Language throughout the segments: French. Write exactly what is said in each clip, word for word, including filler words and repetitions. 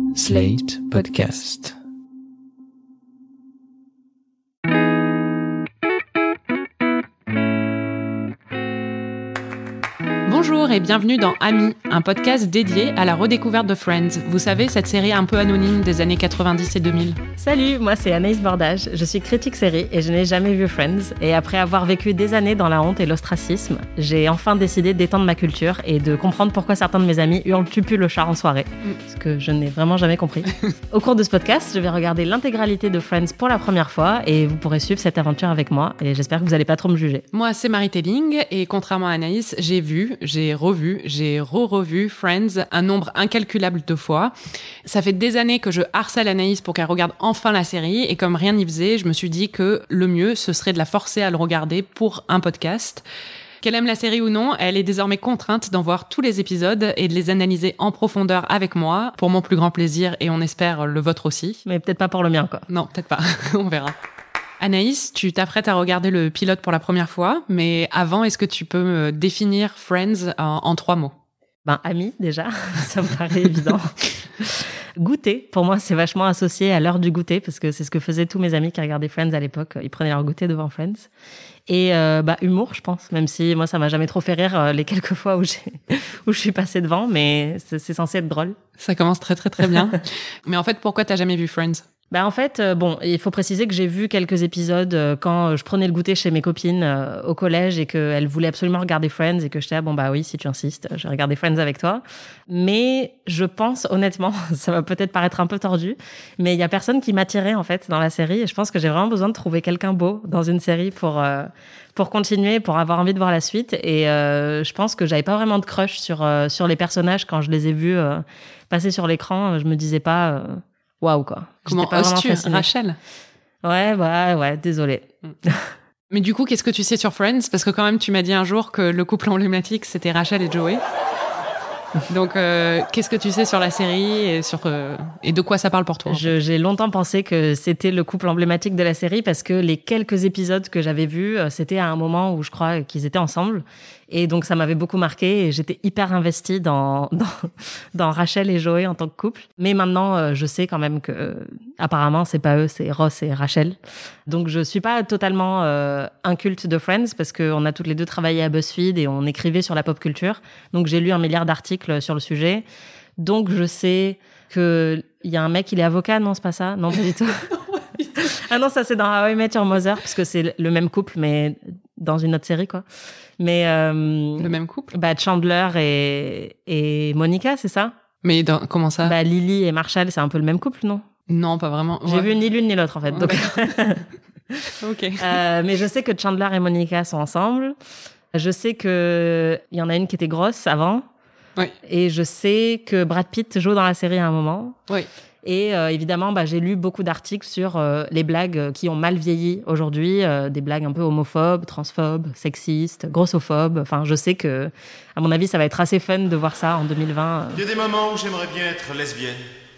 Slate Podcast. Bonjour et bienvenue dans Amis, un podcast dédié à la redécouverte de Friends. Vous savez, cette série un peu anonyme des années quatre-vingt-dix et deux mille. Salut, moi c'est Anaïs Bordage, je suis critique série et je n'ai jamais vu Friends. Et après avoir vécu des années dans la honte et l'ostracisme, j'ai enfin décidé d'étendre ma culture et de comprendre pourquoi certains de mes amis hurlent tu pues le chat en soirée. Mm. Ce que je n'ai vraiment jamais compris. Au cours de ce podcast, je vais regarder l'intégralité de Friends pour la première fois et vous pourrez suivre cette aventure avec moi et j'espère que vous n'allez pas trop me juger. Moi c'est Marie Telling et contrairement à Anaïs, j'ai vu, j'ai revu, j'ai re-revu Friends un nombre incalculable de fois. Ça fait des années que je harcèle Anaïs pour qu'elle regarde enfin la série et comme rien n'y faisait, je me suis dit que le mieux, ce serait de la forcer à le regarder pour un podcast. Qu'elle aime la série ou non, elle est désormais contrainte d'en voir tous les épisodes et de les analyser en profondeur avec moi, pour mon plus grand plaisir et on espère le vôtre aussi. Mais peut-être pas pour le mien, quoi. Non, peut-être pas. On verra. Anaïs, tu t'apprêtes à regarder le pilote pour la première fois, mais avant, est-ce que tu peux me définir Friends en, en trois mots ? Ben, amis, déjà, ça me paraît évident. Goûter, pour moi, c'est vachement associé à l'heure du goûter, parce que c'est ce que faisaient tous mes amis qui regardaient Friends à l'époque. Ils prenaient leur goûter devant Friends. Et euh, bah, humour, je pense, même si moi, ça m'a jamais trop fait rire euh, les quelques fois où, j'ai, où je suis passée devant, mais c'est, c'est censé être drôle. Ça commence très, très, très bien. Mais en fait, pourquoi t'as jamais vu Friends ? Bah en fait, euh, bon, il faut préciser que j'ai vu quelques épisodes euh, quand je prenais le goûter chez mes copines euh, au collège et qu'elles voulaient absolument regarder Friends et que j'étais ah bon bah oui, si tu insistes, je vais regarder Friends avec toi. Mais je pense honnêtement, ça va peut-être paraître un peu tordu, mais il y a personne qui m'attirait en fait dans la série et je pense que j'ai vraiment besoin de trouver quelqu'un beau dans une série pour euh, pour continuer, pour avoir envie de voir la suite et euh, je pense que j'avais pas vraiment de crush sur euh, sur les personnages quand je les ai vus euh, passer sur l'écran, je me disais pas euh, waouh, quoi. Comment oses-tu, Rachel ? Ouais, ouais, ouais, désolée. Mais du coup, qu'est-ce que tu sais sur Friends ? Parce que quand même, tu m'as dit un jour que le couple emblématique, c'était Rachel et Joey. Donc, euh, qu'est-ce que tu sais sur la série et, sur, euh, et de quoi ça parle pour toi ? Je, J'ai longtemps pensé que c'était le couple emblématique de la série parce que les quelques épisodes que j'avais vus, c'était à un moment où je crois qu'ils étaient ensemble. Et donc, ça m'avait beaucoup marqué et j'étais hyper investie dans, dans, dans Rachel et Joey en tant que couple. Mais maintenant, je sais quand même que, euh, apparemment, c'est pas eux, c'est Ross et Rachel. Donc, je suis pas totalement euh, inculte de Friends parce qu'on a toutes les deux travaillé à BuzzFeed et on écrivait sur la pop culture. Donc, j'ai lu un milliard d'articles sur le sujet. Donc, je sais que il y a un mec, il est avocat, non, c'est pas ça? Non, pas du tout. Ah non, ça, c'est dans How I Met Your Mother parce que c'est le même couple, mais dans une autre série, quoi. Mais euh, le même couple, bah Chandler et et Monica, c'est ça? Mais dans, comment ça? Bah Lily et Marshall, c'est un peu le même couple, non? Non, pas vraiment. J'ai ouais. vu ni l'une ni l'autre en fait. Donc ok. euh, mais je sais que Chandler et Monica sont ensemble. Je sais que il y en a une qui était grosse avant. Oui. Et je sais que Brad Pitt joue dans la série à un moment. Oui. Et euh, évidemment, bah, j'ai lu beaucoup d'articles sur euh, les blagues qui ont mal vieilli aujourd'hui, euh, des blagues un peu homophobes, transphobes, sexistes, grossophobes. Enfin, je sais que, à mon avis, ça va être assez fun de voir ça en deux mille vingt. Il y a des moments où j'aimerais bien être lesbienne.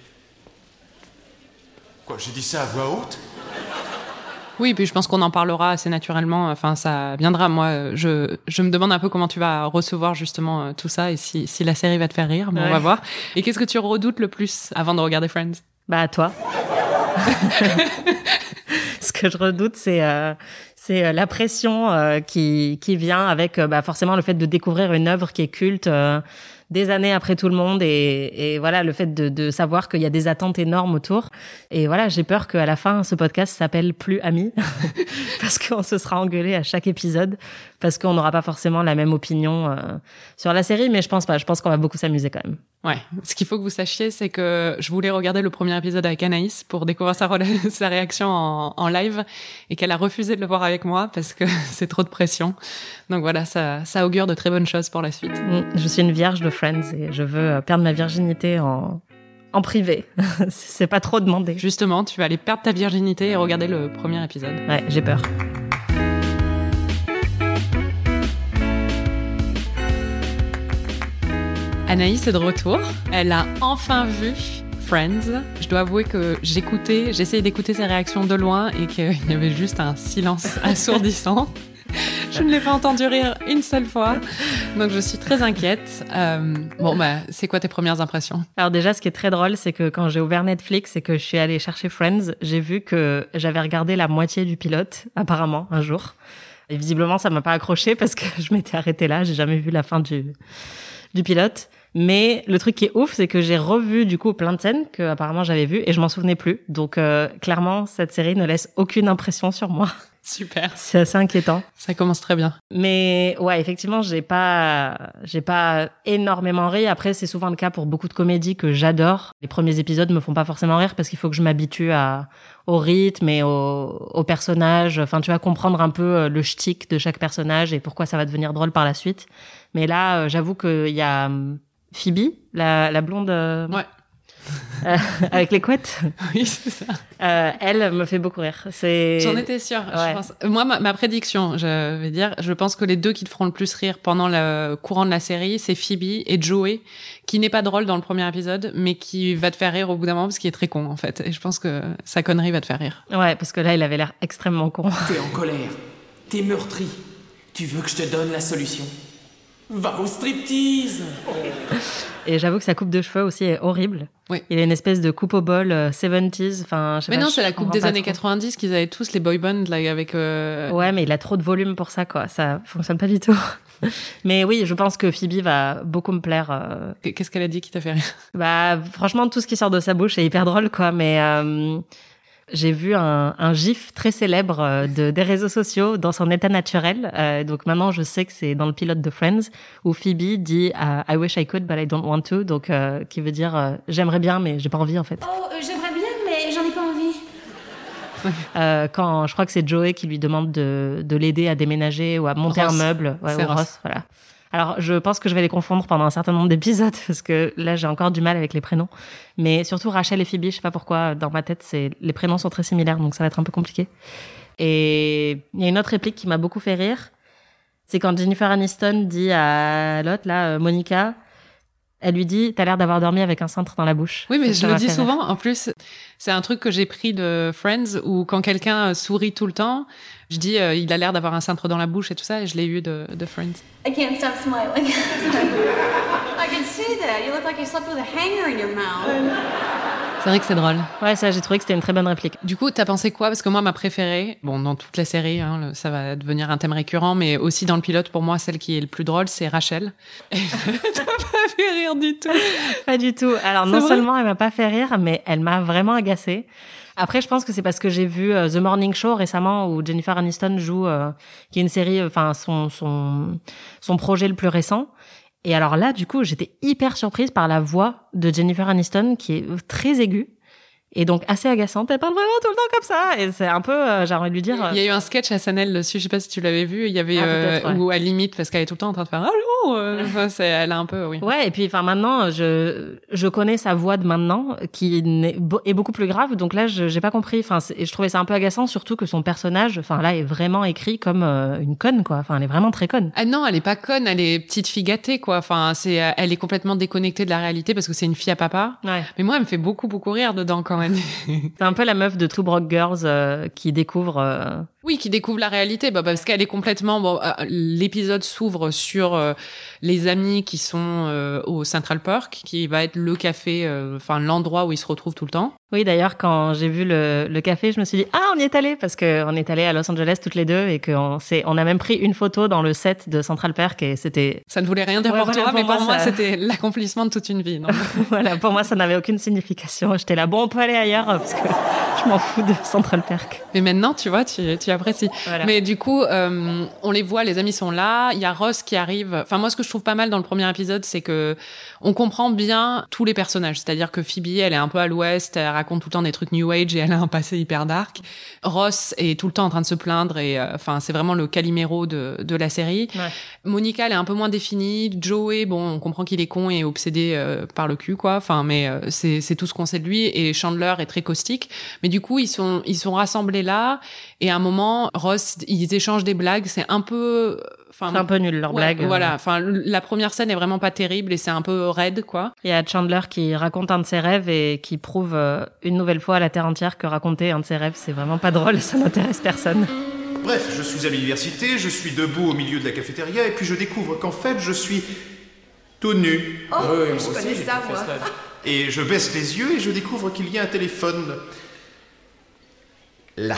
Quoi, j'ai dit ça à voix haute ? Oui, puis je pense qu'on en parlera assez naturellement. Enfin, ça viendra. Moi, je, je me demande un peu comment tu vas recevoir justement tout ça et si, si la série va te faire rire. Mais ouais. On va voir. Et qu'est-ce que tu redoutes le plus avant de regarder Friends ? Bah, toi. Ce que je redoute, c'est euh, c'est la pression euh, qui qui vient avec euh, bah forcément le fait de découvrir une œuvre qui est culte. Euh, des années après tout le monde et, et voilà le fait de, de savoir qu'il y a des attentes énormes autour et voilà j'ai peur qu'à la fin ce podcast s'appelle plus Amis parce qu'on se sera engueulé à chaque épisode parce qu'on n'aura pas forcément la même opinion euh, sur la série mais je pense pas je pense qu'on va beaucoup s'amuser quand même. Ouais, ce qu'il faut que vous sachiez c'est que je voulais regarder le premier épisode avec Anaïs pour découvrir sa, re- sa réaction en, en live et qu'elle a refusé de le voir avec moi parce que c'est trop de pression donc voilà ça, ça augure de très bonnes choses pour la suite. Mmh, je suis une vierge de Friends et je veux perdre ma virginité en, en privé. C'est pas trop demandé. Justement, tu vas aller perdre ta virginité et regarder le premier épisode. Ouais, j'ai peur. Anaïs est de retour. Elle a enfin vu Friends. Je dois avouer que j'écoutais, j'essayais d'écouter ses réactions de loin et qu'il y avait juste un silence assourdissant. Je ne l'ai pas entendu rire une seule fois, donc je suis très inquiète. Euh, bon, bah, c'est quoi tes premières impressions? Alors déjà, ce qui est très drôle, c'est que quand j'ai ouvert Netflix et que je suis allée chercher Friends, j'ai vu que j'avais regardé la moitié du pilote, apparemment, un jour. Et visiblement, ça m'a pas accroché parce que je m'étais arrêtée là, j'ai jamais vu la fin du, du pilote. Mais le truc qui est ouf, c'est que j'ai revu du coup plein de scènes que apparemment j'avais vues et je m'en souvenais plus. Donc euh, clairement, cette série ne laisse aucune impression sur moi. Super. C'est assez inquiétant. Ça commence très bien. Mais ouais, effectivement, j'ai pas, j'ai pas énormément ri. Après, c'est souvent le cas pour beaucoup de comédies que j'adore. Les premiers épisodes me font pas forcément rire parce qu'il faut que je m'habitue à, au rythme et au, au personnage. Enfin, tu vas comprendre un peu le shtick de chaque personnage et pourquoi ça va devenir drôle par la suite. Mais là, j'avoue qu'il y a Phoebe, la, la blonde. Euh, ouais. Euh, avec les couettes. Oui, c'est ça. Euh, elle me fait beaucoup rire. C'est... J'en étais sûre. Ouais. Je pense... Moi, ma, ma prédiction, je vais dire, je pense que les deux qui te feront le plus rire pendant le courant de la série, c'est Phoebe et Joey, qui n'est pas drôle dans le premier épisode, mais qui va te faire rire au bout d'un moment parce qu'il est très con, en fait. Et je pense que sa connerie va te faire rire. Ouais, parce que là, il avait l'air extrêmement con. T'es en colère. T'es meurtri. Tu veux que je te donne la solution? Va au striptease. Et j'avoue que sa coupe de cheveux aussi est horrible. Oui. Il a une espèce de coupe au bol euh, soixante-dix. Enfin, je sais mais pas, non, je c'est la coupe comprends des pas années trop. quatre-vingt-dix qu'ils avaient tous les boy bands là avec. Euh... Ouais, mais il a trop de volume pour ça, quoi. Ça fonctionne pas du tout. Mais oui, je pense que Phoebe va beaucoup me plaire. Euh... Qu'est-ce qu'elle a dit qui t'a fait rire? Bah, franchement, tout ce qui sort de sa bouche est hyper drôle, quoi. Mais euh, j'ai vu un, un gif très célèbre de, des réseaux sociaux dans son état naturel. Euh, donc maintenant, je sais que c'est dans le pilote de Friends où Phoebe dit uh, I wish I could, but I don't want to. Donc, euh, qui veut dire euh, j'aimerais bien, mais j'ai pas envie, en fait. Oh, euh, j'aimerais bien, mais j'en ai pas envie. Euh, quand je crois que c'est Joey qui lui demande de, de l'aider à déménager ou à monter Ross. un meuble. Ouais, C'est ou Ross. Ross, voilà. Alors, je pense que je vais les confondre pendant un certain nombre d'épisodes parce que là, j'ai encore du mal avec les prénoms. Mais surtout Rachel et Phoebe, je sais pas pourquoi, dans ma tête, c'est les prénoms sont très similaires, donc ça va être un peu compliqué. Et il y a une autre réplique qui m'a beaucoup fait rire. C'est quand Jennifer Aniston dit à l'autre, là, euh, Monica, elle lui dit, t'as l'air d'avoir dormi avec un cintre dans la bouche. Oui, mais Ça je le m'a dis fait rire. souvent. En plus, c'est un truc que j'ai pris de Friends où quand quelqu'un sourit tout le temps, je dis euh, il a l'air d'avoir un cintre dans la bouche et tout ça. Et je l'ai eu de, de Friends. I can't stop smiling. I can see that. You look like you slept with a hanger in your mouth. C'est vrai que c'est drôle. Ouais, ça, j'ai trouvé que c'était une très bonne réplique. Du coup, t'as pensé quoi? Parce que moi, ma préférée, bon, dans toute la série, hein, le- ça va devenir un thème récurrent, mais aussi dans le pilote, pour moi, celle qui est le plus drôle, c'est Rachel. Et t'as pas fait rire du tout. Pas du tout. Alors, C'est non vrai seulement elle m'a pas fait rire, mais elle m'a vraiment agacée. Après, je pense que c'est parce que j'ai vu euh, The Morning Show récemment où Jennifer Aniston joue, euh, qui est une série, enfin, son, son, son projet le plus récent. Et alors là, du coup, j'étais hyper surprise par la voix de Jennifer Aniston qui est très aiguë. Et donc assez agaçante. Elle parle vraiment tout le temps comme ça. Et c'est un peu, euh, j'ai envie de lui dire... Il y a eu un sketch à S N L dessus, je sais pas si tu l'avais vu, il y avait, Ah, euh, peut-être, ouais. où elle limite, parce qu'elle est tout le temps en train de faire « Allô euh, enfin, c'est, elle a un peu, oui. Ouais, et puis enfin maintenant, je je connais sa voix de maintenant qui n'est- est beaucoup plus grave. Donc là, je j'ai pas compris. Enfin, c'est- et je trouvais ça un peu agaçant, surtout que son personnage, enfin là, est vraiment écrit comme euh, une conne, quoi. Enfin, elle est vraiment très conne. Ah non, elle est pas conne, elle est petite fille gâtée, quoi. Enfin, c'est, elle est complètement déconnectée de la réalité parce que c'est une fille à papa. Ouais. Mais moi, elle me fait beaucoup, beaucoup rire dedans quand même. C'est un peu la meuf de Two Broke Girls euh, qui découvre. euh, Oui, qui découvre la réalité, bah, parce qu'elle est complètement. Bon, euh, l'épisode s'ouvre sur euh, les amis qui sont euh, au Central Park, qui va être le café, euh, enfin l'endroit où ils se retrouvent tout le temps. Oui, d'ailleurs, quand j'ai vu le, le café, je me suis dit ah, on y est allé parce que on est allé à Los Angeles toutes les deux et qu'on s'est, on a même pris une photo dans le set de Central Park et c'était Ça ne voulait rien dire Ouais, pour voilà, toi, pour mais pour moi, moi, ça- c'était l'accomplissement de toute une vie. Non voilà, pour moi, ça n'avait aucune signification. J'étais là, bon, on peut aller ailleurs parce que je m'en fous de Central Park. mais maintenant, tu vois, tu, tu apprécies. Voilà. Mais du coup, euh, on les voit, les amis sont là. Il y a Ross qui arrive. Enfin, moi, ce que je trouve pas mal dans le premier épisode, c'est que on comprend bien tous les personnages. C'est-à-dire que Phoebe, elle est un peu à l'ouest, elle raconte tout le temps des trucs New Age et elle a un passé hyper dark. Ross est tout le temps en train de se plaindre et, euh, enfin, c'est vraiment le Calimero de, de la série. Ouais. Monica, elle est un peu moins définie. Joey, bon, on comprend qu'il est con et obsédé euh, par le cul, quoi. Enfin, mais euh, c'est c'est tout ce qu'on sait de lui. Et Chandler est très caustique. Mais du coup, ils sont ils sont rassemblés là. Et à un moment, Ross, ils échangent des blagues. C'est un peu, enfin, C'est un peu nul leur ouais, blague. Voilà. Enfin, la première scène est vraiment pas terrible et c'est un peu raide, quoi. Il y a Chandler qui raconte un de ses rêves et qui prouve euh, une nouvelle fois à la terre entière que raconter un de ses rêves, c'est vraiment pas drôle et ça n'intéresse personne. Bref, je suis à l'université, je suis debout au milieu de la cafétéria et puis je découvre qu'en fait, je suis tout nu. Oh, Ouais, je moi connais aussi, j'ai ça, fait moi. stage. Et je baisse les yeux et je découvre qu'il y a un téléphone. Là.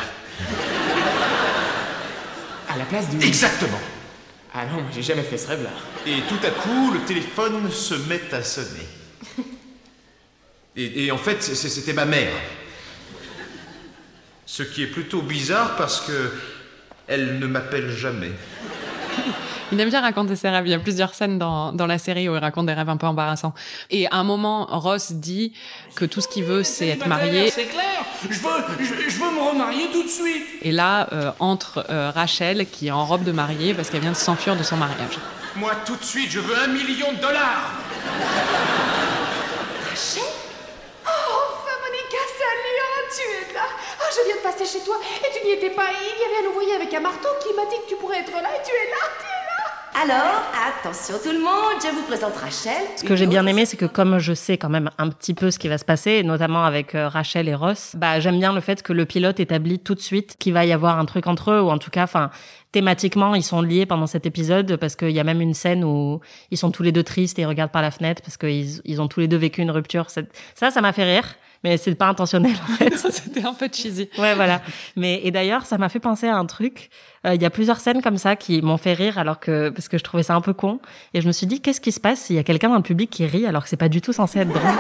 À la place du... Exactement. Ah non, moi j'ai jamais fait ce rêve-là. Et tout à coup, le téléphone se met à sonner. Et, et en fait, c'est- c'était ma mère. Ce qui est plutôt bizarre parce que elle ne m'appelle jamais. Il aime bien raconter ses rêves. Il y a plusieurs scènes dans, dans la série où il raconte des rêves un peu embarrassants. Et à un moment, Ross dit que tout ce qu'il veut, c'est être marié. C'est clair. Je veux, je, je veux me remarier tout de suite. Et là, euh, entre euh, Rachel, qui est en robe de mariée parce qu'elle vient de s'enfuir de son mariage. Moi, tout de suite, je veux un million de dollars. Rachel? Oh, enfin, Monica, salut, oh, tu es là. Oh, je viens de passer chez toi et tu n'y étais pas. Il y avait un ouvrier avec un marteau qui m'a dit que tu pourrais être là et tu es là, tu es là. Alors, attention tout le monde, je vous présente Rachel. Ce que j'ai bien aimé, c'est que comme je sais quand même un petit peu ce qui va se passer, et notamment avec euh, Rachel et Ross, bah j'aime bien le fait que le pilote établit tout de suite qu'il va y avoir un truc entre eux, ou en tout cas, enfin, thématiquement, ils sont liés pendant cet épisode, parce qu'il y a même une scène où ils sont tous les deux tristes et ils regardent par la fenêtre, parce qu'ils ils ont tous les deux vécu une rupture. Ça, ça m'a fait rire, mais c'est pas intentionnel en fait. C'était un peu cheesy. Ouais, voilà. Mais et d'ailleurs, ça m'a fait penser à un truc. Euh, Il y a plusieurs scènes comme ça qui m'ont fait rire, alors que parce que je trouvais ça un peu con. Et je me suis dit, qu'est-ce qui se passe s'il y a quelqu'un dans le public qui rit alors que c'est pas du tout censé être drôle?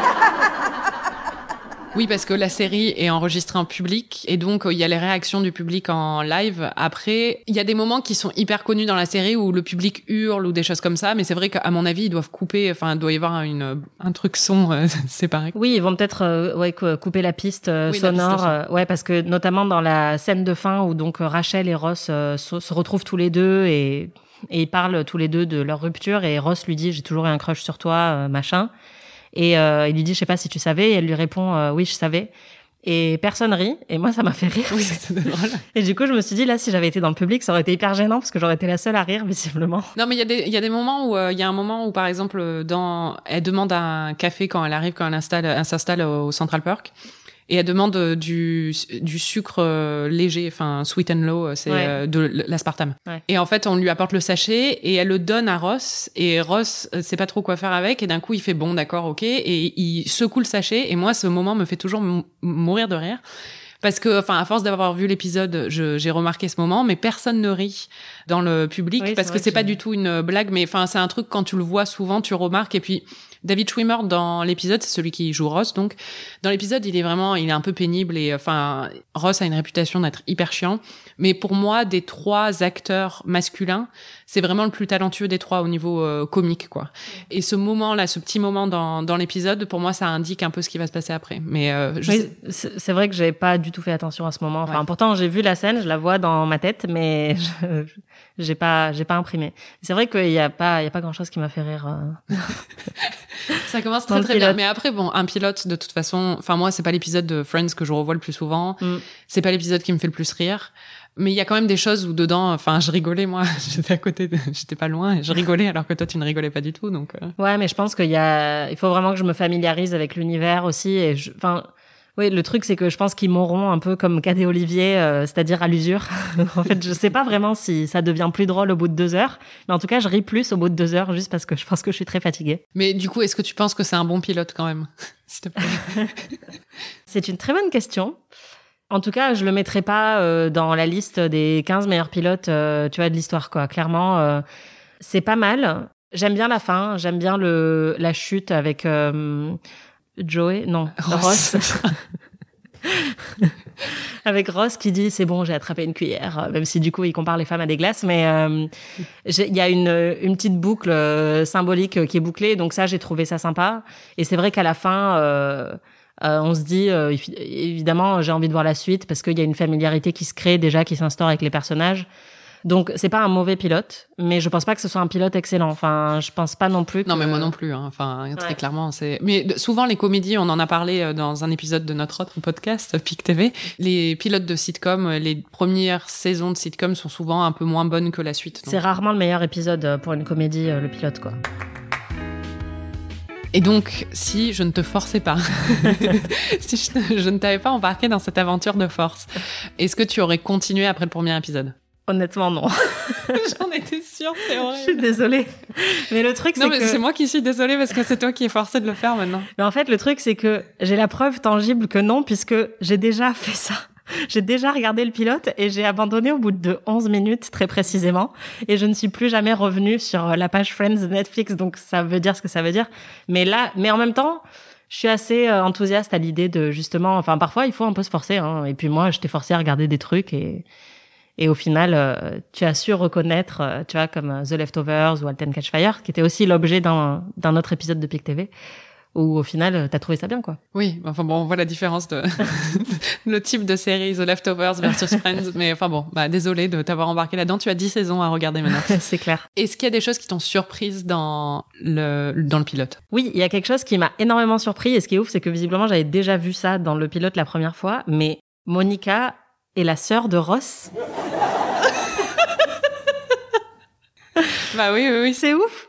Oui, parce que la série est enregistrée en public et donc il y a les réactions du public en live. Après, il y a des moments qui sont hyper connus dans la série où le public hurle ou des choses comme ça, mais c'est vrai qu'à mon avis, ils doivent couper, enfin, il doit y avoir une, un truc son euh, séparé. Oui, ils vont peut-être euh, ouais, cou- couper la piste euh, Oui, la piste sonore. son. euh, ouais, parce que notamment dans la scène de fin où donc Rachel et Ross euh, se, se retrouvent tous les deux et, et ils parlent tous les deux de leur rupture et Ross lui dit j'ai toujours eu un crush sur toi, euh, machin. Et euh, il lui dit je sais pas si tu savais et elle lui répond euh, oui je savais. Et personne rit et moi ça m'a fait rire. Oui, c'était drôle. Et du coup je me suis dit là si j'avais été dans le public ça aurait été hyper gênant parce que j'aurais été la seule à rire visiblement. Non, mais il y a des, il y a des moments où, euh, il y a un moment où, par exemple, dans, elle demande un café quand elle arrive, quand elle installe, elle s'installe au Central Park. Et elle demande euh, du, du sucre euh, léger, enfin sweet and low, euh, c'est Ouais. euh, de l'aspartame. Ouais. Et en fait, on lui apporte le sachet et elle le donne à Ross. Et Ross euh, sait pas trop quoi faire avec. Et d'un coup, il fait bon, d'accord, ok. Et il secoue le sachet. Et moi, ce moment me fait toujours mou- mourir de rire. Parce que, enfin, à force d'avoir vu l'épisode, je, j'ai remarqué ce moment, mais personne ne rit dans le public Oui, parce c'est que vrai c'est que pas j'ai- du tout une blague, mais enfin, c'est un truc quand tu le vois souvent, tu remarques. Et puis, David Schwimmer dans l'épisode, c'est celui qui joue Ross, donc dans l'épisode, il est vraiment, il est un peu pénible et enfin, Ross a une réputation d'être hyper chiant. Mais pour moi, des trois acteurs masculins, c'est vraiment le plus talentueux des trois au niveau euh, comique, quoi. Et ce moment-là, ce petit moment dans dans l'épisode, pour moi, ça indique un peu ce qui va se passer après. Mais euh, je Oui, sais- c'est c'est vrai que j'avais pas du tout fait attention à ce moment. Enfin, Ouais. pourtant j'ai vu la scène, je la vois dans ma tête, mais je- j'ai pas, j'ai pas imprimé. C'est vrai qu'il y a pas, il y a pas grand chose qui m'a fait rire. euh. ça commence Dans très le très bien. pilote. Mais après, bon, un pilote, de toute façon, enfin moi, c'est pas l'épisode de Friends que je revois le plus souvent. Mm. C'est pas l'épisode qui me fait le plus rire. Mais il y a quand même des choses où dedans, enfin, je rigolais, moi. J'étais à côté, de- j'étais pas loin, et je rigolais alors que toi, tu ne rigolais pas du tout, donc. euh. Ouais, mais je pense qu'il y a, il faut vraiment que je me familiarise avec l'univers aussi. Et je, enfin, oui, le truc c'est que je pense qu'ils m'auront un peu comme Cadet Olivier, euh, c'est-à-dire à l'usure. En fait, je sais pas vraiment si ça devient plus drôle au bout de deux heures, mais en tout cas, je ris plus au bout de deux heures juste parce que je pense que je suis très fatiguée. Mais du coup, est-ce que tu penses que c'est un bon pilote quand même? S'il te plaît. C'est une très bonne question. En tout cas, je le mettrai pas euh, dans la liste des quinze meilleurs pilotes, euh, tu vois, de l'histoire, quoi. Clairement, euh, c'est pas mal. J'aime bien la fin. J'aime bien le la chute avec euh, Joey, non, Ross. Ross. Avec Ross qui dit c'est bon, j'ai attrapé une cuillère, même si du coup il compare les femmes à des glaces, mais euh, j'ai- il y a une une petite boucle euh, symbolique euh, qui est bouclée, donc ça j'ai trouvé ça sympa. Et c'est vrai qu'à la fin. Euh, Euh, on se dit, euh, évidemment, j'ai envie de voir la suite parce qu'il y a une familiarité qui se crée déjà, qui s'instaure avec les personnages. Donc, c'est pas un mauvais pilote, mais je pense pas que ce soit un pilote excellent. Enfin, je pense pas non plus que... Non, mais moi non plus. Hein. Enfin, très Ouais. clairement, c'est. Mais de- souvent, les comédies, on en a parlé euh, dans un épisode de notre autre podcast, P I C T V. Les pilotes de sitcom, euh, les premières saisons de sitcom sont souvent un peu moins bonnes que la suite. donc. C'est rarement le meilleur épisode euh, pour une comédie, euh, le pilote, quoi. Et donc, si je ne te forçais pas, si je, te- je ne t'avais pas embarqué dans cette aventure de force, est-ce que tu aurais continué après le premier épisode? Honnêtement, non. J'en étais sûre, c'est vrai. Je suis désolée. Mais le truc, non, c'est mais que... c'est moi qui suis désolée parce que c'est toi qui es forcé de le faire maintenant. Mais en fait, le truc, c'est que j'ai la preuve tangible que non, puisque j'ai déjà fait ça. J'ai déjà regardé le pilote et j'ai abandonné au bout de onze minutes, très précisément. Et je ne suis plus jamais revenue sur la page Friends de Netflix, donc ça veut dire ce que ça veut dire. Mais là, mais en même temps, je suis assez enthousiaste à l'idée de justement... Enfin, parfois, il faut un peu se forcer. Hein. Et puis moi, j'étais forcée à regarder des trucs et... Et au final, euh, tu as su reconnaître, euh, tu vois, comme euh, The Leftovers ou Halt and Catch Fire, qui était aussi l'objet d'un, d'un autre épisode de Pic T V, où au final, euh, t'as trouvé ça bien, quoi. Oui, enfin bon, on voit la différence de le type de série The Leftovers versus Friends, mais enfin bon, bah désolé de t'avoir embarqué là-dedans. Tu as dix saisons à regarder maintenant. C'est clair. Est-ce qu'il y a des choses qui t'ont surprise dans le dans le pilote? Oui, il y a quelque chose qui m'a énormément surpris, et ce qui est ouf, c'est que visiblement, j'avais déjà vu ça dans le pilote la première fois, mais Monica est la sœur de Ross. Bah oui, oui, oui. C'est ouf.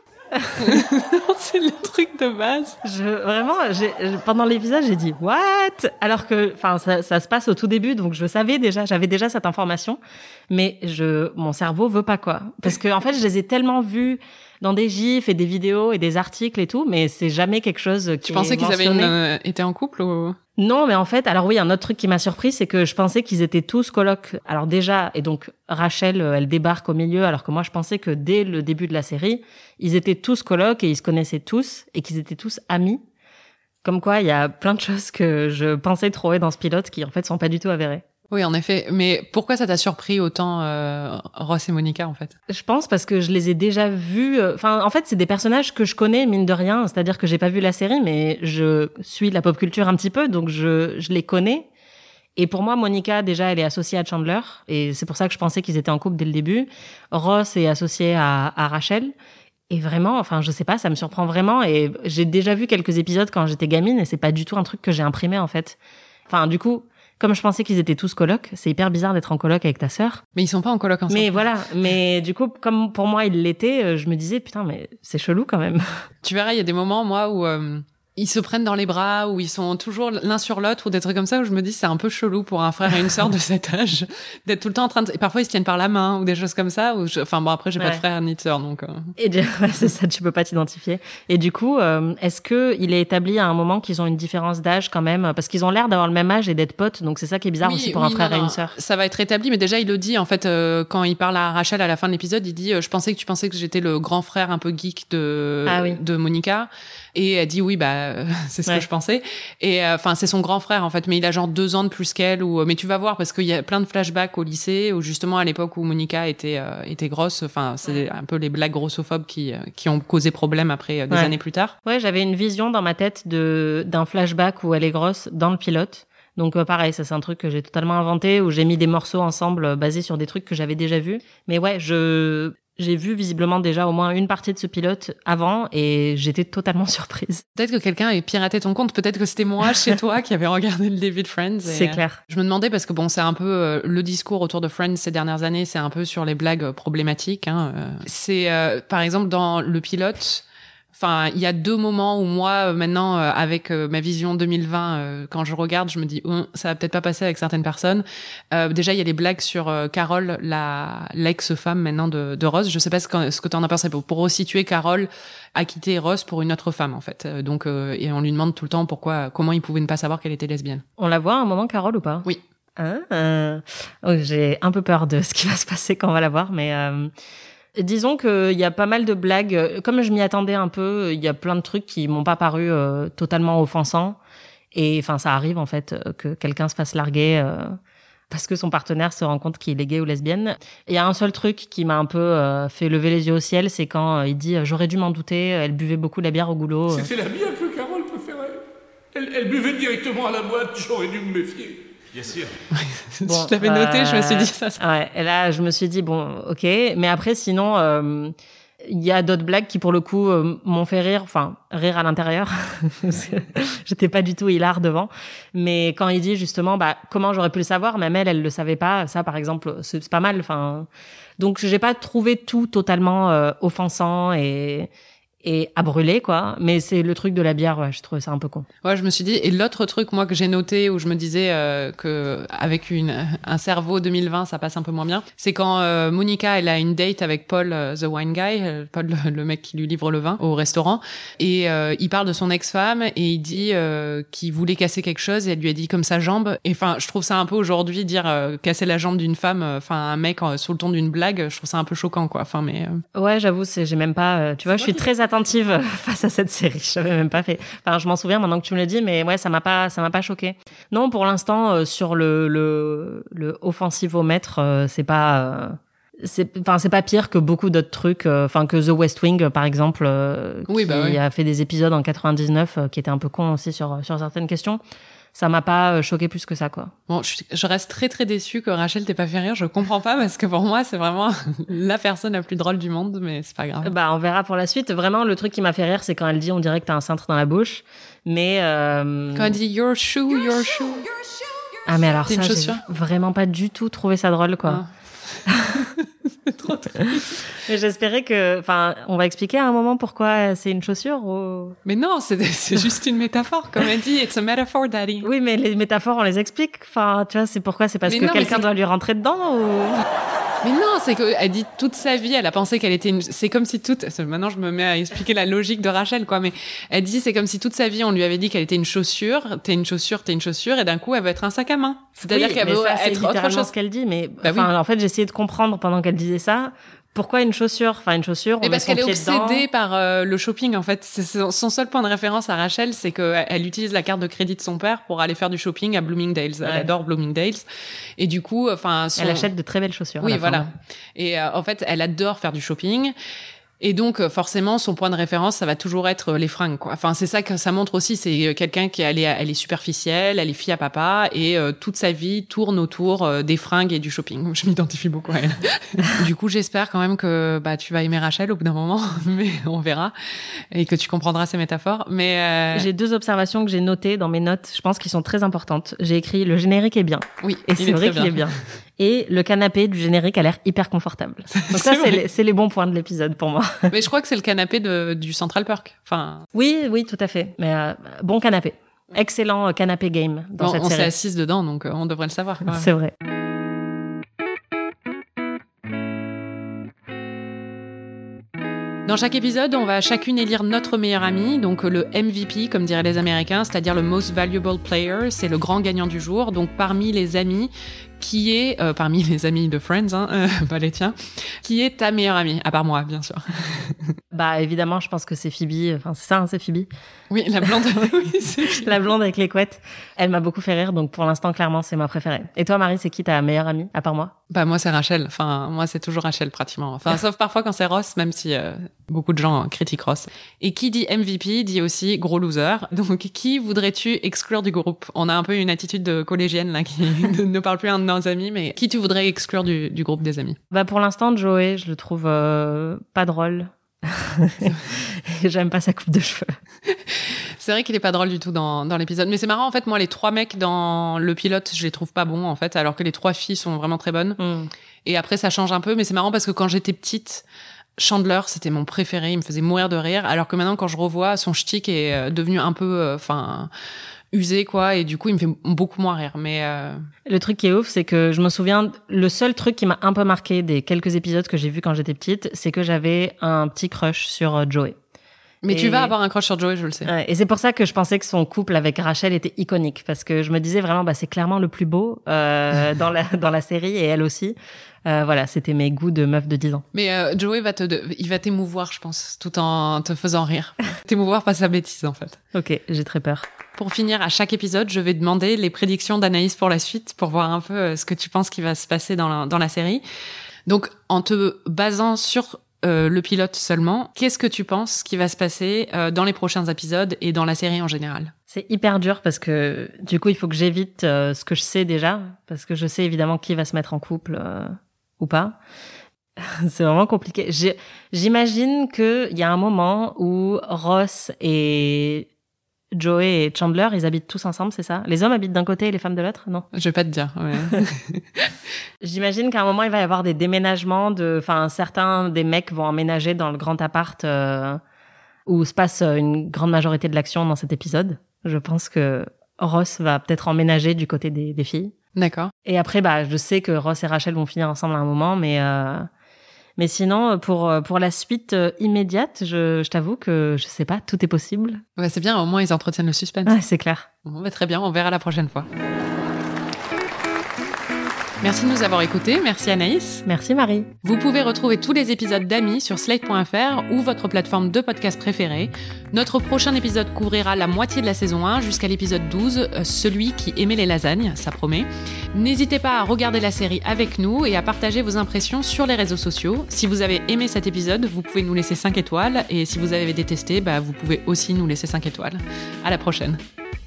C'est le truc de base. Je, vraiment, j'ai, pendant l'épisode, j'ai dit, what? Alors que, enfin, ça, ça se passe au tout début, donc je savais déjà, j'avais déjà cette information, mais je, mon cerveau veut pas, quoi. Parce que, en fait, je les ai tellement vus dans des gifs et des vidéos et des articles et tout, mais c'est jamais quelque chose qui Tu pensais est qu'ils avaient mentionné. une, euh, été en couple ou... Non, mais en fait, alors oui, un autre truc qui m'a surpris, c'est que je pensais qu'ils étaient tous colocs. Alors déjà, et donc Rachel, elle débarque au milieu, alors que moi, je pensais que dès le début de la série, ils étaient tous colocs et ils se connaissaient tous et qu'ils étaient tous amis. Comme quoi, il y a plein de choses que je pensais trouver dans ce pilote qui, en fait, sont pas du tout avérées. Oui, en effet. Mais pourquoi ça t'a surpris autant euh, Ross et Monica, en fait? Je pense parce que je les ai déjà vus. Enfin, en fait, c'est des personnages que je connais, mine de rien. C'est-à-dire que j'ai pas vu la série, mais je suis la pop culture un petit peu, donc je, je les connais. Et pour moi, Monica, déjà, elle est associée à Chandler. Et c'est pour ça que je pensais qu'ils étaient en couple dès le début. Ross est associé à, à Rachel. Et vraiment, enfin, je sais pas, ça me surprend vraiment. Et j'ai déjà vu quelques épisodes quand j'étais gamine et c'est pas du tout un truc que j'ai imprimé, en fait. Enfin, du coup... Comme je pensais qu'ils étaient tous colocs, c'est hyper bizarre d'être en coloc avec ta sœur. Mais ils sont pas en coloc ensemble. Mais voilà, mais du coup, comme pour moi ils l'étaient, je me disais putain, mais c'est chelou quand même. Tu verras, il y a des moments, moi, où euh, ils se prennent dans les bras, où ils sont toujours l'un sur l'autre, ou des trucs comme ça, où je me dis c'est un peu chelou pour un frère et une sœur de cet âge, d'être tout le temps en train de... Et parfois ils se tiennent par la main, ou des choses comme ça. Où je... Enfin bon, après j'ai ouais. pas de frère ni de sœur, donc... Euh... Et du... ouais, c'est ça, tu peux pas t'identifier. Et du coup, euh, est-ce que il est établi à un moment qu'ils ont une différence d'âge quand même? Parce qu'ils ont l'air d'avoir le même âge et d'être potes, donc c'est ça qui est bizarre oui, aussi pour oui, un frère non, et non. une sœur. Ça va être établi, mais déjà il le dit, en fait, euh, quand il parle à Rachel à la fin de l'épisode, il dit euh, « Je pensais que tu pensais que j'étais le grand frère un peu geek de, ah, oui. de Monica. » Et elle dit « Oui, bah, c'est ce ouais. que je pensais. » Et enfin, euh, c'est son grand frère, en fait, mais il a genre deux ans de plus qu'elle. Ou mais tu vas voir, parce qu'il y a plein de flashbacks au lycée, où justement, à l'époque où Monica était, euh, était grosse, enfin, c'est ouais. un peu les blagues grossophobes qui, euh, qui ont causé problème après, euh, des ouais. années plus tard. Ouais, j'avais une vision dans ma tête de, d'un flashback où elle est grosse dans le pilote. Donc euh, pareil, ça c'est un truc que j'ai totalement inventé, où j'ai mis des morceaux ensemble euh, basés sur des trucs que j'avais déjà vus. Mais ouais, je... J'ai vu visiblement déjà au moins une partie de ce pilote avant et j'étais totalement surprise. Peut-être que quelqu'un ait piraté ton compte, peut-être que c'était moi chez toi qui avait regardé le début de Friends. Et c'est clair. Je me demandais parce que bon, c'est un peu euh, le discours autour de Friends ces dernières années, c'est un peu sur les blagues problématiques. Hein. C'est euh, par exemple dans le pilote. Enfin, il y a deux moments où moi, maintenant, euh, avec euh, ma vision deux mille vingt, euh, quand je regarde, je me dis, oh, ça va peut-être pas passer avec certaines personnes. Euh, déjà, il y a les blagues sur euh, Carol, la l'ex-femme maintenant de, de Ross. Je sais pas ce que, ce que tu en as pensé. Pour, pour resituer, Carol a quitté Ross pour une autre femme, en fait. Euh, donc, euh, et on lui demande tout le temps pourquoi, comment il pouvait ne pas savoir qu'elle était lesbienne. On la voit à un moment, Carol, ou pas? Oui. Ah, euh... oh, j'ai un peu peur de ce qui va se passer quand on va la voir, mais... Euh... Disons qu'il y a pas mal de blagues. Comme je m'y attendais un peu, il y a plein de trucs qui m'ont pas paru euh, totalement offensants. Et enfin, ça arrive en fait que quelqu'un se fasse larguer euh, parce que son partenaire se rend compte qu'il est gay ou lesbienne. Il y a un seul truc qui m'a un peu euh, fait lever les yeux au ciel, c'est quand euh, il dit « J'aurais dû m'en douter, elle buvait beaucoup la bière au goulot. » C'était la bière que Carole préférait. Elle, elle buvait directement à la boîte, j'aurais dû me méfier. Bien sûr. Bon, je l'avais noté, euh, je me suis dit ça. ça. Ouais, et là, je me suis dit, bon, ok. Mais après, sinon, euh, il y a d'autres blagues qui, pour le coup, euh, m'ont fait rire. Enfin, rire à l'intérieur. J'étais pas du tout hilar devant. Mais quand il dit, justement, bah, comment j'aurais pu le savoir? Même elle, elle le savait pas. Ça, par exemple, c'est, c'est pas mal. Enfin, donc, j'ai pas trouvé tout totalement euh, offensant et... et à brûler, quoi. Mais c'est le truc de la bière, ouais, je trouve ça un peu con. Ouais, je me suis dit, et l'autre truc, moi, que j'ai noté, où je me disais euh, que avec une, un cerveau deux mille vingt, ça passe un peu moins bien, c'est quand euh, Monica, elle a une date avec Paul, euh, the wine guy, euh, Paul, le, le mec qui lui livre le vin au restaurant, et euh, il parle de son ex-femme, et il dit euh, qu'il voulait casser quelque chose, et elle lui a dit comme sa jambe. Et enfin, je trouve ça un peu aujourd'hui, dire euh, casser la jambe d'une femme, enfin, euh, un mec euh, sous le ton d'une blague, je trouve ça un peu choquant, quoi. Enfin, mais... Euh... Ouais, j'avoue, c'est, j'ai même pas... Euh, tu vois, je suis très attentive face à cette série. Je savais même pas fait. Enfin, je m'en souviens maintenant que tu me le dis, mais ouais, ça m'a pas, ça m'a pas choqué. Non, pour l'instant, euh, sur le le le offensivomètre, euh, c'est pas, euh, c'est, enfin, c'est pas pire que beaucoup d'autres trucs. Enfin, euh, que The West Wing, euh, par exemple, euh, oui, qui bah oui. a fait des épisodes en quatre-vingt-dix-neuf euh, qui étaient un peu cons aussi sur sur certaines questions. Ça m'a pas choqué plus que ça, quoi. Bon, je, je reste très très déçue que Rachel t'ait pas fait rire. Je comprends pas parce que pour moi c'est vraiment la personne la plus drôle du monde, mais c'est pas grave. Bah, on verra pour la suite. Vraiment, le truc qui m'a fait rire, c'est quand elle dit, on dirait que t'as un cintre dans la bouche, mais euh... quand elle dit your shoe, your shoe. Ah mais alors c'est ça, une j'ai vraiment pas du tout trouvé ça drôle, quoi. Ah. C'est trop triste. Mais j'espérais que, enfin, on va expliquer à un moment pourquoi c'est une chaussure ou... Mais non, c'est, c'est juste une métaphore, comme elle dit. It's a metaphor, daddy. Oui, mais les métaphores, on les explique. Enfin, tu vois, c'est pourquoi, c'est parce mais que non, quelqu'un doit lui rentrer dedans ou... Mais non, c'est qu'elle dit toute sa vie, elle a pensé qu'elle était une... C'est comme si toute... Maintenant, je me mets à expliquer la logique de Rachel, quoi. Mais elle dit, c'est comme si toute sa vie, on lui avait dit qu'elle était une chaussure. T'es une chaussure, t'es une chaussure. Et d'un coup, elle veut être un sac à main. C'est-à-dire oui, qu'elle veut ça, être autre chose. C'est ce qu'elle dit. Mais bah enfin, oui. En fait, j'ai essayé de comprendre pendant qu'elle disait ça. Pourquoi une chaussure? Enfin, une chaussure, on et parce qu'elle est obsédée dedans. par euh, le shopping, en fait. C'est son seul point de référence à Rachel, c'est qu'elle utilise la carte de crédit de son père pour aller faire du shopping à Bloomingdale's. Elle ouais. adore Bloomingdale's. Et du coup, enfin... Son... Elle achète de très belles chaussures. Oui, voilà. Et euh, en fait, elle adore faire du shopping. Et donc, forcément, son point de référence, ça va toujours être les fringues, quoi. Enfin, c'est ça que ça montre aussi. C'est quelqu'un qui, elle est, elle est superficielle, elle est fille à papa, et euh, toute sa vie tourne autour euh, des fringues et du shopping. Je m'identifie beaucoup à elle. Du coup, j'espère quand même que, bah, tu vas aimer Rachel au bout d'un moment, mais on verra. Et que tu comprendras ses métaphores. Mais, euh... j'ai deux observations que j'ai notées dans mes notes. Je pense qu'ils sont très importantes. J'ai écrit le générique est bien. Oui. Et c'est vrai qu'il est bien. Et le canapé du générique a l'air hyper confortable. Donc ça, c'est les, c'est les bons points de l'épisode pour moi. Mais je crois que c'est le canapé de, du Central Perk. Enfin. Oui, oui, tout à fait. Mais euh, bon canapé. Excellent canapé game dans bon, cette on série. On s'est assise dedans, donc euh, on devrait le savoir. Quand même. C'est vrai. Dans chaque épisode, on va chacune élire notre meilleur ami, donc le M V P, comme diraient les Américains, c'est-à-dire le Most Valuable Player, c'est le grand gagnant du jour. Donc parmi les amis, qui est, euh, parmi les amis de Friends, hein, euh, pas les tiens, qui est ta meilleure amie, à part moi, bien sûr. Bah évidemment, je pense que c'est Phoebe, enfin c'est ça, hein, c'est Phoebe. Oui, la blonde, oui, c'est Phoebe. La blonde avec les couettes. Elle m'a beaucoup fait rire, donc pour l'instant, clairement, c'est ma préférée. Et toi, Marie, c'est qui ta meilleure amie, à part moi? Bah moi, c'est Rachel. Enfin, moi, c'est toujours Rachel, pratiquement. Enfin, sauf parfois quand c'est Ross, même si euh, beaucoup de gens critiquent Ross. Et qui dit M V P dit aussi gros loser. Donc, qui voudrais-tu exclure du groupe? On a un peu une attitude de collégienne, là, qui ne parle plus à un de nos amis, mais qui tu voudrais exclure du, du groupe des amis? Bah pour l'instant, Joey, je le trouve euh, pas drôle. J'aime pas sa coupe de cheveux. C'est vrai qu'il est pas drôle du tout dans, dans l'épisode. Mais c'est marrant, en fait, moi, les trois mecs dans le pilote, je les trouve pas bons, en fait, alors que les trois filles sont vraiment très bonnes. Mm. Et après, ça change un peu, mais c'est marrant parce que quand j'étais petite, Chandler, c'était mon préféré, il me faisait mourir de rire, alors que maintenant, quand je revois, son shtick est devenu un peu, enfin... Euh, usé, quoi, et du coup il me fait beaucoup moins rire. Mais euh... le truc qui est ouf, c'est que je me souviens, le seul truc qui m'a un peu marqué des quelques épisodes que j'ai vus quand j'étais petite, c'est que j'avais un petit crush sur Joey. Mais et... tu vas avoir un crush sur Joey, je le sais. Ouais, et c'est pour ça que je pensais que son couple avec Rachel était iconique, parce que je me disais vraiment, bah c'est clairement le plus beau euh, dans la dans la série, et elle aussi. Euh, voilà, c'était mes goûts de meuf de dix ans. Mais euh, Joey va te, de, il va t'émouvoir, je pense, tout en te faisant rire. T'émouvoir par sa bêtise, en fait. Ok, j'ai très peur. Pour finir, à chaque épisode, je vais demander les prédictions d'Anaïs pour la suite, pour voir un peu ce que tu penses qui va se passer dans la, dans la série. Donc, en te basant sur euh, le pilote seulement, qu'est-ce que tu penses qui va se passer euh, dans les prochains épisodes et dans la série en général? C'est hyper dur parce que, du coup, il faut que j'évite euh, ce que je sais déjà, parce que je sais évidemment qui va se mettre en couple euh, ou pas. C'est vraiment compliqué. J'ai, j'imagine qu'il y a un moment où Ross et Joey et Chandler, ils habitent tous ensemble, c'est ça? Les hommes habitent d'un côté et les femmes de l'autre? Non? Je vais pas te dire, ouais. J'imagine qu'à un moment, il va y avoir des déménagements de, enfin, certains des mecs vont emménager dans le grand appart, euh, où se passe une grande majorité de l'action dans cet épisode. Je pense que Ross va peut-être emménager du côté des, des filles. D'accord. Et après, bah, je sais que Ross et Rachel vont finir ensemble à un moment, mais euh, mais sinon, pour pour la suite euh, immédiate, je, je t'avoue que je sais pas, tout est possible. Ouais, c'est bien, au moins ils entretiennent le suspense. Ouais, c'est clair. Bon, bah, très bien, on verra la prochaine fois. Merci de nous avoir écoutés, merci Anaïs. Merci Marie. Vous pouvez retrouver tous les épisodes d'Amis sur slate point f r ou votre plateforme de podcast préférée. Notre prochain épisode couvrira la moitié de la saison un jusqu'à l'épisode douze, celui qui aimait les lasagnes, ça promet. N'hésitez pas à regarder la série avec nous et à partager vos impressions sur les réseaux sociaux. Si vous avez aimé cet épisode, vous pouvez nous laisser cinq étoiles et si vous avez détesté, bah, vous pouvez aussi nous laisser cinq étoiles. À la prochaine.